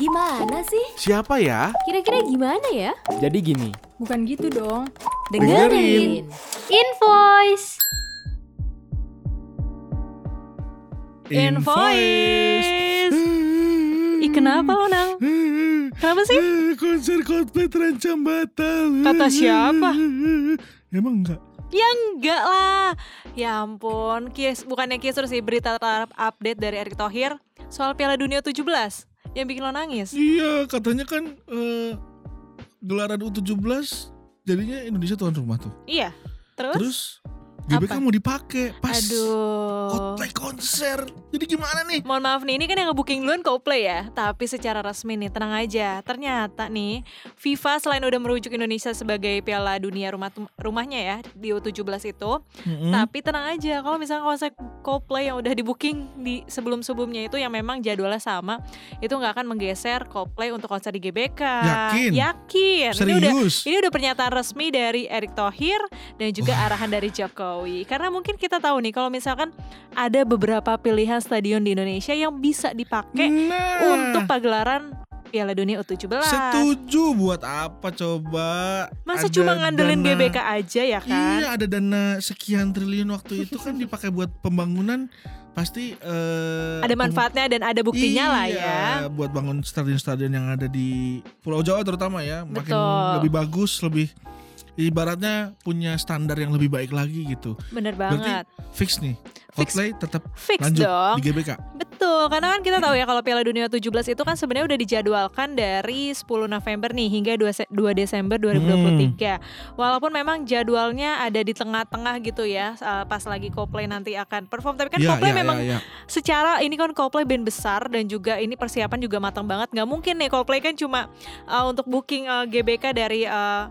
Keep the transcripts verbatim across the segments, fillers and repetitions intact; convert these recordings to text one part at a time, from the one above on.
Gimana sih? Siapa ya? Kira-kira gimana ya? Jadi gini. Bukan gitu dong. Dengerin Invoice. Invoice. Ih, kenapa lo, Nang? Kenapa sih? Konser Coldplay terancam batal. Kata siapa? Emang enggak? Ya enggak lah. Ya ampun, Kies, bukannya Kies terus sih berita update dari Erick Thohir soal Piala Dunia tujuh belas yang bikin lo nangis. Iya, katanya kan uh, gelaran U tujuh belas jadinya Indonesia tuan rumah tuh. Iya. Terus? Terus G B K apa? mau dipakai pas Aduh. Coldplay konser. Jadi gimana nih? Mohon maaf nih, ini kan yang nge-booking duluan Coldplay ya. Tapi secara resmi nih, tenang aja. Ternyata nih, FIFA selain udah merujuk Indonesia sebagai Piala Dunia rumah rumahnya ya di U tujuh belas itu, Mm-hmm. tapi tenang aja, kalau misalnya konser Coldplay yang udah di-booking di sebelum-sebelumnya itu yang memang jadwalnya sama, itu nggak akan menggeser Coldplay untuk konser di G B K. Yakin? Yakin. Ini udah, Serius? ini udah pernyataan resmi dari Erick Thohir dan juga Wah. arahan dari Jokowi. Karena mungkin kita tahu nih, kalau misalkan ada beberapa pilihan stadion di Indonesia yang bisa dipakai Nah, untuk pagelaran Piala Dunia U tujuh belas. setuju. Buat apa coba? Masa Ada cuma ngandelin dana- G B K aja ya kan? Iya, ada dana sekian triliun waktu itu kan dipakai buat pembangunan. Pasti eh, Ada manfaatnya dan ada buktinya iya, lah ya. buat bangun stadion-stadion yang ada di Pulau Jawa terutama ya, makin Betul. lebih bagus, lebih ibaratnya punya standar yang lebih baik lagi gitu. Bener Berarti banget. fix nih, Fix. Coldplay tetap Fix lanjut dong. di G B K. Betul, karena kan kita tahu ya kalau Piala Dunia tujuh belas itu kan sebenarnya udah dijadwalkan dari sepuluh November nih hingga dua Desember dua ribu dua puluh tiga. Hmm. Walaupun memang jadwalnya ada di tengah-tengah gitu ya, pas lagi Coldplay nanti akan perform. Tapi kan Ya, Coldplay ya, memang ya, ya. secara ini kan Coldplay band besar dan juga ini persiapan juga matang banget. Gak mungkin nih Coldplay kan cuma uh, untuk booking uh, G B K dari uh,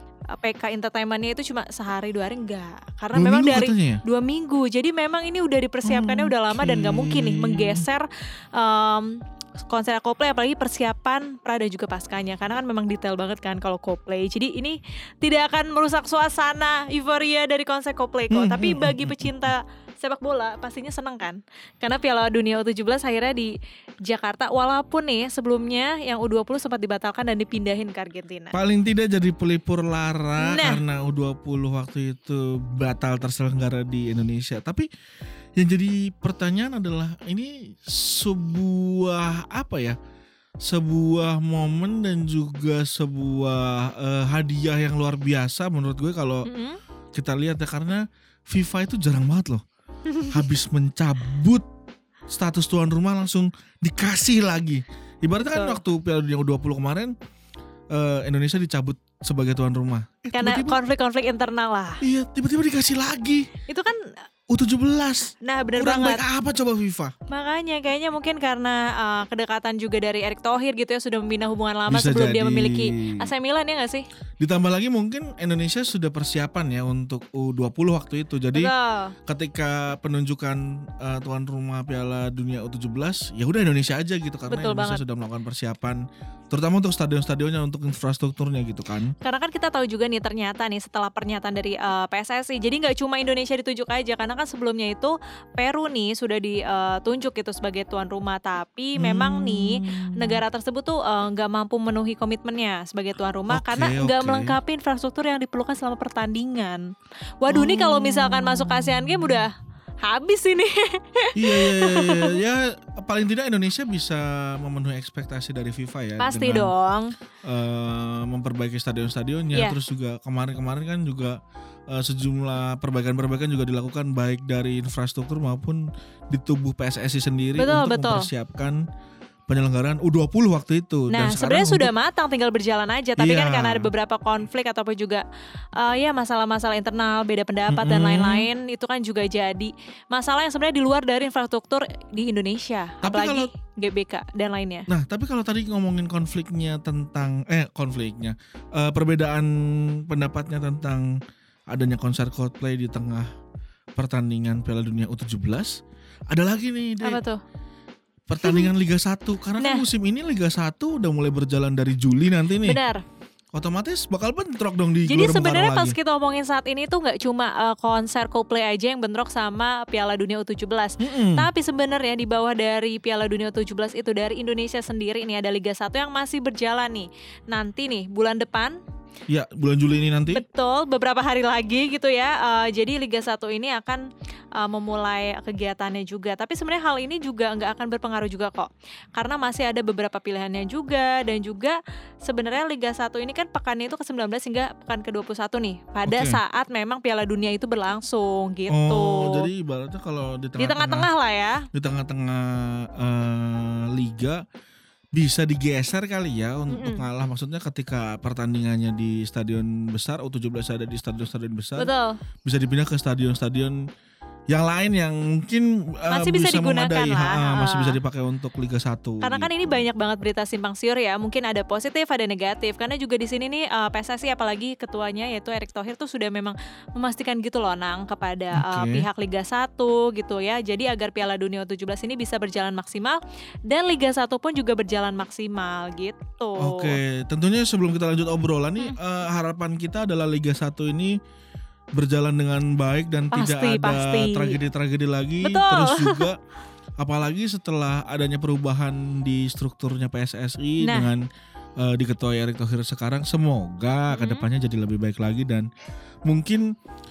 P K Entertainment-nya itu cuma sehari dua hari, enggak. Karena Dua memang minggu dari katanya ya? dua minggu. Jadi memang ini udah dipersiapkannya udah lama dan gak mungkin nih menggeser um, konser Coldplay, apalagi persiapan pra dan juga paskanya, karena kan memang detail banget kan kalau Coldplay. Jadi ini tidak akan merusak suasana euforia dari konser Coldplay kok. Hmm, Tapi hmm, bagi hmm, pecinta sepak bola pastinya seneng kan, karena Piala Dunia U tujuh belas akhirnya di Jakarta. Walaupun nih sebelumnya yang U dua puluh sempat dibatalkan dan dipindahin ke Argentina. Paling tidak jadi pelipur lara Nah. karena U dua puluh waktu itu batal terselenggara di Indonesia. Tapi yang jadi pertanyaan adalah, ini sebuah apa ya? Sebuah momen dan juga sebuah uh, hadiah yang luar biasa menurut gue kalau Mm-mm. kita lihat ya, karena FIFA itu jarang banget loh habis mencabut status tuan rumah langsung dikasih lagi. Ibaratnya kan Betul. waktu Piala Dunia U dua puluh kemarin uh, Indonesia dicabut sebagai tuan rumah. Eh, Karena tiba-tiba, konflik-konflik internal lah. iya, tiba-tiba dikasih lagi Itu kan, U tujuh belas. nah bener Kurang banget. baik apa coba FIFA? Makanya kayaknya mungkin karena uh, kedekatan juga dari Erick Thohir gitu ya, sudah membina hubungan lama Bisa sebelum dia jadi. memiliki A C Milan, ya gak sih? Ditambah lagi mungkin Indonesia sudah persiapan ya untuk U dua puluh waktu itu. Jadi Betul. ketika penunjukan uh, tuan rumah Piala Dunia U tujuh belas, ya udah Indonesia aja gitu, karena Betul Indonesia banget. sudah melakukan persiapan terutama untuk stadion-stadionnya, untuk infrastrukturnya gitu kan. Karena kan kita tahu juga nih, ternyata nih setelah pernyataan dari uh, P S S I, jadi nggak cuma Indonesia ditunjuk aja, karena kan sebelumnya itu Peru nih sudah ditunjuk gitu sebagai tuan rumah, tapi memang nih negara tersebut tuh uh, nggak mampu memenuhi komitmennya sebagai tuan rumah. Oke, Karena nggak oke. melengkapi infrastruktur yang diperlukan selama pertandingan. Waduh, nih kalau misalkan masuk ke ASEAN Games udah habis ini. Iya, iya, iya, iya. Ya paling tidak Indonesia bisa memenuhi ekspektasi dari FIFA ya. Pasti dengan, dong. eh, memperbaiki stadion-stadionnya. Iya. Terus juga kemarin-kemarin kan juga eh, sejumlah perbaikan-perbaikan juga dilakukan baik dari infrastruktur maupun di tubuh P S S I sendiri Betul, untuk betul. mempersiapkan penyelenggaraan U dua puluh waktu itu. Nah, Dan sebenarnya sekarang sudah untuk- matang, tinggal berjalan aja. Tapi kan Iya. karena ada beberapa konflik ataupun juga uh, ya masalah-masalah internal, beda pendapat dan Mm-mm. lain-lain, itu kan juga jadi masalah yang sebenarnya di luar dari infrastruktur di Indonesia, Tapi apalagi kalau- G B K dan lainnya. Nah, tapi kalau tadi ngomongin konfliknya tentang eh konfliknya eh, perbedaan pendapatnya tentang adanya konser Coldplay di tengah pertandingan Piala Dunia U tujuh belas, ada lagi nih Dek, Apa tuh? pertandingan Liga satu, karena Nah. kan musim ini Liga satu udah mulai berjalan dari Juli nanti nih. Benar. otomatis bakal bentrok dong di Jadi Gelora Bung Karno sebenarnya pas lagi. kita omongin saat ini tuh nggak cuma uh, konser Coldplay aja yang bentrok sama Piala Dunia U tujuh belas. Mm-mm. Tapi sebenarnya di bawah dari Piala Dunia U tujuh belas itu dari Indonesia sendiri ini ada Liga satu yang masih berjalan nih. Nanti nih bulan depan, Ya bulan Juli ini nanti. betul beberapa hari lagi gitu ya. Uh, jadi Liga satu ini akan uh, memulai kegiatannya juga. Tapi sebenarnya hal ini juga nggak akan berpengaruh juga kok. Karena masih ada beberapa pilihannya juga. Dan juga sebenarnya Liga satu ini kan pekannya itu ke sembilan belas hingga pekan ke dua puluh satu nih. Pada Oke. saat memang Piala Dunia itu berlangsung gitu. Oh, jadi ibaratnya kalau di Di tengah-tengah tengah-tengah lah ya. di tengah-tengah eh, liga bisa digeser kali ya untuk Mm-mm. ngalah, maksudnya ketika pertandingannya di stadion besar U tujuh belas ada di stadion-stadion besar, Betul. bisa dipindah ke stadion-stadion yang lain yang mungkin eh, Masih bisa digunakan memadai, lah. ha, masih Ah. bisa dipakai untuk Liga satu. Karena kan ini gitu. banyak banget berita simpang siur ya. Mungkin ada positif, ada negatif. Karena juga di sini nih uh, P S S I apalagi ketuanya yaitu Erick Thohir tuh sudah memang memastikan gitu loh Nang kepada uh, Oke. pihak Liga satu gitu ya. Jadi agar Piala Dunia U tujuh belas ini bisa berjalan maksimal dan Liga satu pun juga berjalan maksimal gitu. Oke, tentunya sebelum kita lanjut obrolan nih, Hmm. eh, harapan kita adalah Liga satu ini berjalan dengan baik dan Pasti, tidak ada pasti. tragedi-tragedi lagi. Betul. Terus juga apalagi setelah adanya perubahan di strukturnya P S S I Nah. dengan eh, diketuai Erick Thohir sekarang, semoga Mhm. kedepannya jadi lebih baik lagi. Dan mungkin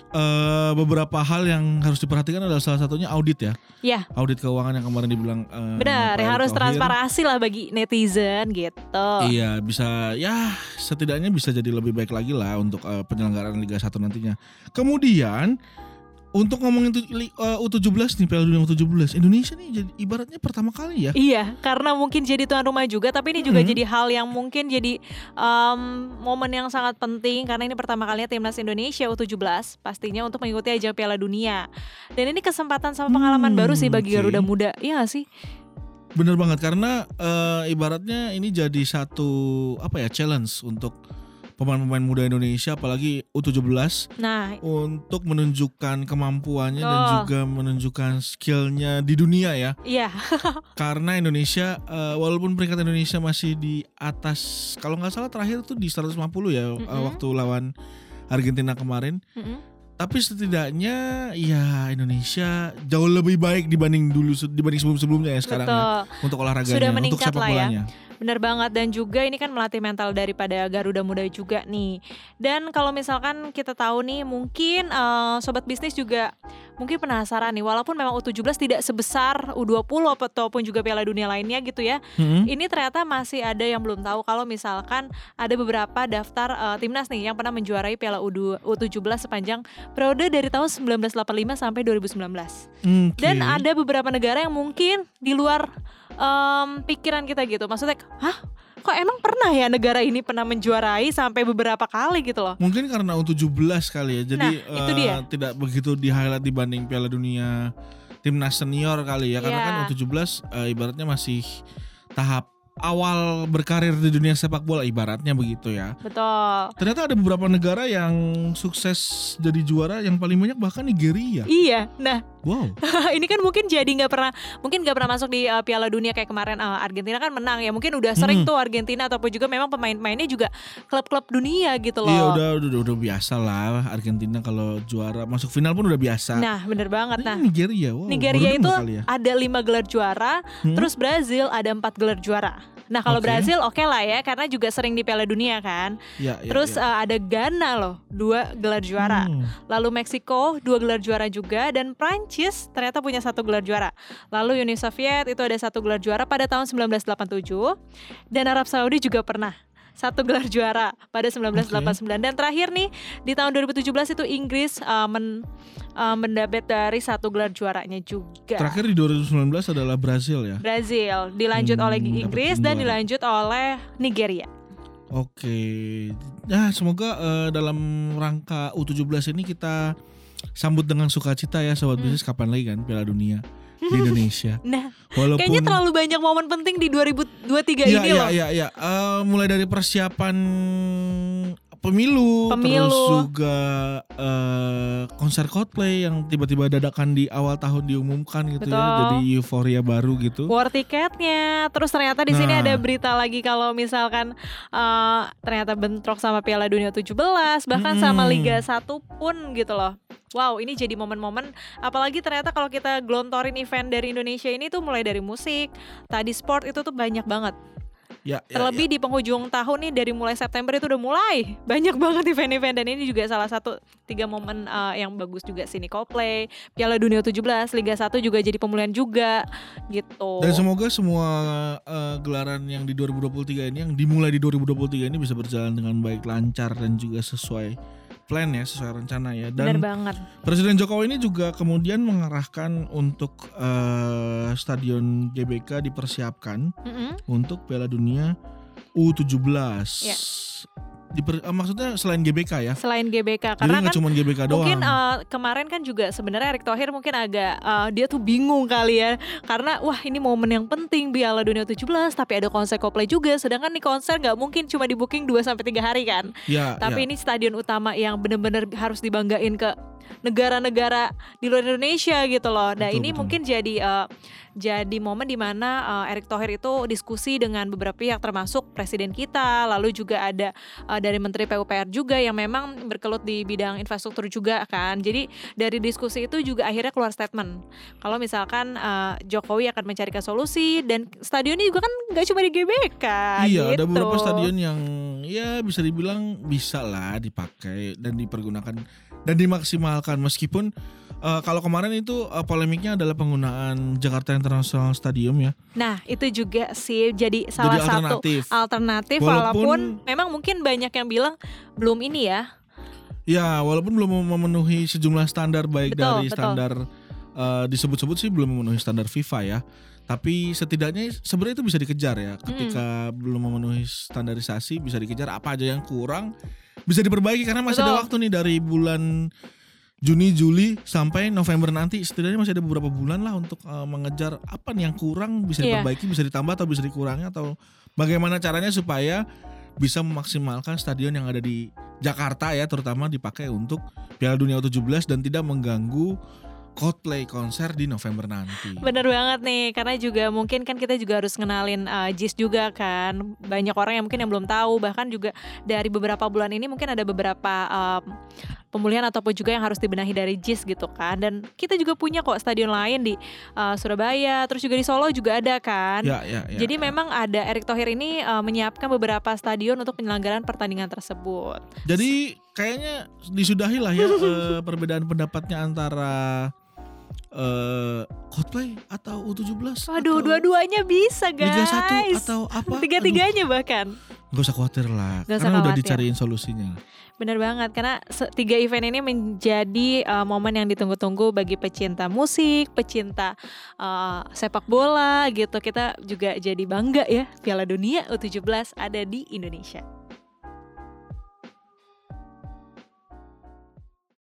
eh, beberapa hal yang harus diperhatikan adalah salah satunya audit ya. Ya, Audit keuangan yang kemarin dibilang eh, benar. Pak Yang Erick harus Thohir. transparansi lah bagi netizen gitu. Iya, bisa ya setidaknya bisa jadi lebih baik lagi lah untuk eh, penyelenggaraan Liga satu nantinya. Kemudian untuk ngomongin tu- li- eh, U tujuh belas nih, Piala Dunia U tujuh belas, Indonesia nih jadi ibaratnya pertama kali ya. Iya, karena mungkin jadi tuan rumah juga, tapi ini juga Mhm. jadi hal yang mungkin jadi em, momen yang sangat penting karena ini pertama kalinya timnas Indonesia U tujuh belas pastinya untuk mengikuti ajang Piala Dunia. Dan ini kesempatan sama pengalaman Hmm, baru sih bagi oke. Garuda Muda. Iya gak sih? Bener banget, karena eh, ibaratnya ini jadi satu apa ya challenge untuk pemain-pemain muda Indonesia, apalagi U tujuh belas, Nah, untuk menunjukkan kemampuannya dan Oh. juga menunjukkan skillnya di dunia ya. iya, Karena Indonesia eh, walaupun peringkat Indonesia masih di atas, kalau nggak salah terakhir tuh di seratus lima puluh ya, eh, Mm-mm. waktu lawan Argentina kemarin, Mm-mm. tapi setidaknya ya Indonesia jauh lebih baik dibanding dulu dibanding sebelum-sebelumnya ya sekarang ya, betul. untuk olahraganya, Sudah untuk meningkat sepak lah ya. bolanya. Benar banget, dan juga ini kan melatih mental daripada Garuda Muda juga nih. Dan kalau misalkan kita tahu nih, mungkin eh, sobat bisnis juga mungkin penasaran nih, walaupun memang U tujuh belas tidak sebesar U dua puluh ataupun juga Piala Dunia lainnya gitu ya. Mm-mm. Ini ternyata masih ada yang belum tahu kalau misalkan ada beberapa daftar eh, timnas nih yang pernah menjuarai Piala U tujuh belas sepanjang periode dari tahun seribu sembilan ratus delapan puluh lima sampai dua ribu sembilan belas. Oke. Dan ada beberapa negara yang mungkin di luar em, pikiran kita gitu. Maksudnya, hah? Kok emang pernah ya negara ini pernah menjuarai sampai beberapa kali gitu loh? Mungkin karena U tujuh belas kali ya, jadi Nah, itu eh, dia. tidak begitu di highlight dibanding Piala Dunia timnas senior kali ya, karena Iya. kan U tujuh belas eh, ibaratnya masih tahap awal berkarir di dunia sepak bola, ibaratnya begitu ya. Betul. Ternyata ada beberapa negara yang sukses jadi juara, yang paling banyak bahkan Nigeria. Iya. Nah, Wow. ini kan mungkin jadi nggak pernah, mungkin nggak pernah masuk di uh, Piala Dunia kayak kemarin. uh, Argentina kan menang ya, mungkin udah sering Hmm. tuh Argentina ataupun juga memang pemain-pemainnya juga klub-klub dunia gitu loh. Iya udah, udah udah biasa lah Argentina kalau juara masuk final pun udah biasa. Nah, bener banget. Ini Nah, Nigeria, wow, Nigeria baru itu dengar kali ya. ada lima gelar juara, Hmm? terus Brazil ada empat gelar juara. Nah, kalau Oke. Brazil oke lah ya, karena juga sering di Piala Dunia kan. Ya, ya, Terus ya. uh, ada Ghana loh, dua gelar juara. Hmm. Lalu Meksiko dua gelar juara juga, dan Prancis ternyata punya satu gelar juara. Lalu Uni Soviet itu ada satu gelar juara pada tahun seribu sembilan ratus delapan puluh tujuh, dan Arab Saudi juga pernah satu gelar juara pada seribu sembilan ratus delapan puluh sembilan. Dan terakhir nih di tahun dua ribu tujuh belas itu Inggris uh, men, uh, mendapat dari satu gelar juaranya juga. Terakhir di dua ribu sembilan belas adalah Brazil ya. Brazil dilanjut Hmm, oleh dapat Inggris juara. dan dilanjut oleh Nigeria. Oke, ya semoga eh, dalam rangka U tujuh belas ini kita sambut dengan sukacita ya sobat Hmm. bisnis. Kapan lagi kan Piala Dunia di Indonesia? Nah, Walaupun kayaknya terlalu banyak momen penting di dua ribu dua puluh tiga ya, ini ya, loh. ya, ya. Eh, mulai dari persiapan pemilu, Pemilu. terus juga uh, konser Coldplay yang tiba-tiba dadakan di awal tahun diumumkan gitu. Betul. Ya, jadi euforia baru gitu. War tiketnya, terus ternyata di sini Nah. ada berita lagi kalau misalkan uh, ternyata bentrok sama Piala Dunia tujuh belas, bahkan Mm-mm. sama Liga satu pun gitu loh. Wow, ini jadi momen-momen, apalagi ternyata kalau kita gelontorin event dari Indonesia ini tuh mulai dari musik, tadi sport itu tuh banyak banget. Ya, ya, Terlebih di penghujung tahun nih dari mulai September itu udah mulai banyak banget event-event, dan ini juga salah satu tiga momen uh, yang bagus juga sini. Coldplay, Piala Dunia tujuh belas, Liga satu juga jadi pemulihan juga gitu. Dan semoga semua uh, gelaran yang di dua ribu dua puluh tiga ini, yang dimulai di dua ribu dua puluh tiga ini bisa berjalan dengan baik, lancar dan juga sesuai plan ya, sesuai rencana ya. Benar Dan banget. Presiden Jokowi ini juga kemudian mengarahkan untuk uh, stadion G B K dipersiapkan Mm-mm. untuk Piala Dunia U tujuh belas. Ya. Diper, uh, maksudnya selain G B K ya. Selain G B K, Jadi karena nggak kan cuma G B K doang. mungkin uh, kemarin kan juga sebenarnya Erick Thohir mungkin agak uh, dia tuh bingung kali ya, karena wah ini momen yang penting Piala Dunia tujuh belas tapi ada konser Coldplay juga, sedangkan nih konser nggak mungkin cuma di booking dua sampai tiga hari kan. Ya, Tapi ya. ini stadion utama yang benar-benar harus dibanggain ke negara-negara di luar Indonesia gitu loh. Nah Betul, ini betul. mungkin jadi uh, jadi momen dimana uh, Erick Thohir itu diskusi dengan beberapa pihak termasuk presiden kita, lalu juga ada uh, dari Menteri P U P R juga yang memang berkelut di bidang infrastruktur juga kan. Jadi dari diskusi itu juga akhirnya keluar statement kalau misalkan uh, Jokowi akan mencarikan solusi, dan stadion ini juga kan nggak cuma di G B K. Iya, gitu. ada beberapa stadion yang ya bisa dibilang bisa lah dipakai dan dipergunakan dan dimaksimalkan, meskipun uh, kalau kemarin itu uh, polemiknya adalah penggunaan Jakarta International Stadium ya. Nah itu juga sih jadi salah Jadi satu alternatif. alternatif, Walaupun- walaupun memang mungkin banyak yang bilang belum ini ya. Ya, walaupun belum memenuhi sejumlah standar, baik Betul, dari betul. standar uh, disebut-sebut sih belum memenuhi standar FIFA ya. Tapi setidaknya sebenarnya itu bisa dikejar ya. Ketika belum memenuhi standarisasi bisa dikejar apa aja yang kurang bisa diperbaiki, karena masih ada Betul. waktu nih dari bulan Juni, Juli sampai November nanti, setidaknya masih ada beberapa bulan lah untuk uh, mengejar apa nih yang kurang, bisa Iya. diperbaiki, bisa ditambah atau bisa dikurangi, atau bagaimana caranya supaya bisa memaksimalkan stadion yang ada di Jakarta ya, terutama dipakai untuk Piala Dunia U tujuh belas dan tidak mengganggu Coldplay konser di November nanti. Bener banget nih, karena juga mungkin kan kita juga harus ngenalin uh, Jis juga kan. Banyak orang yang mungkin yang belum tahu, bahkan juga dari beberapa bulan ini mungkin ada beberapa um, pemulihan ataupun juga yang harus dibenahi dari Jis gitu kan. Dan kita juga punya kok stadion lain di uh, Surabaya, terus juga di Solo juga ada kan. Ya, ya, ya, Jadi ya. memang ada Erick Thohir ini uh, menyiapkan beberapa stadion untuk penyelenggaraan pertandingan tersebut. Jadi kayaknya disudahi lah ya eh, perbedaan pendapatnya antara eh, Coldplay atau U tujuh belas. Waduh, atau dua-duanya bisa guys. Liga satu atau apa? Tiga-tiganya bahkan. Aduh, gak usah khawatir lah, Gak usah karena udah khawatir. dicariin solusinya. Benar banget, karena se- tiga event ini menjadi uh, momen yang ditunggu-tunggu bagi pecinta musik, pecinta uh, sepak bola gitu. Kita juga jadi bangga ya, Piala Dunia U tujuh belas ada di Indonesia.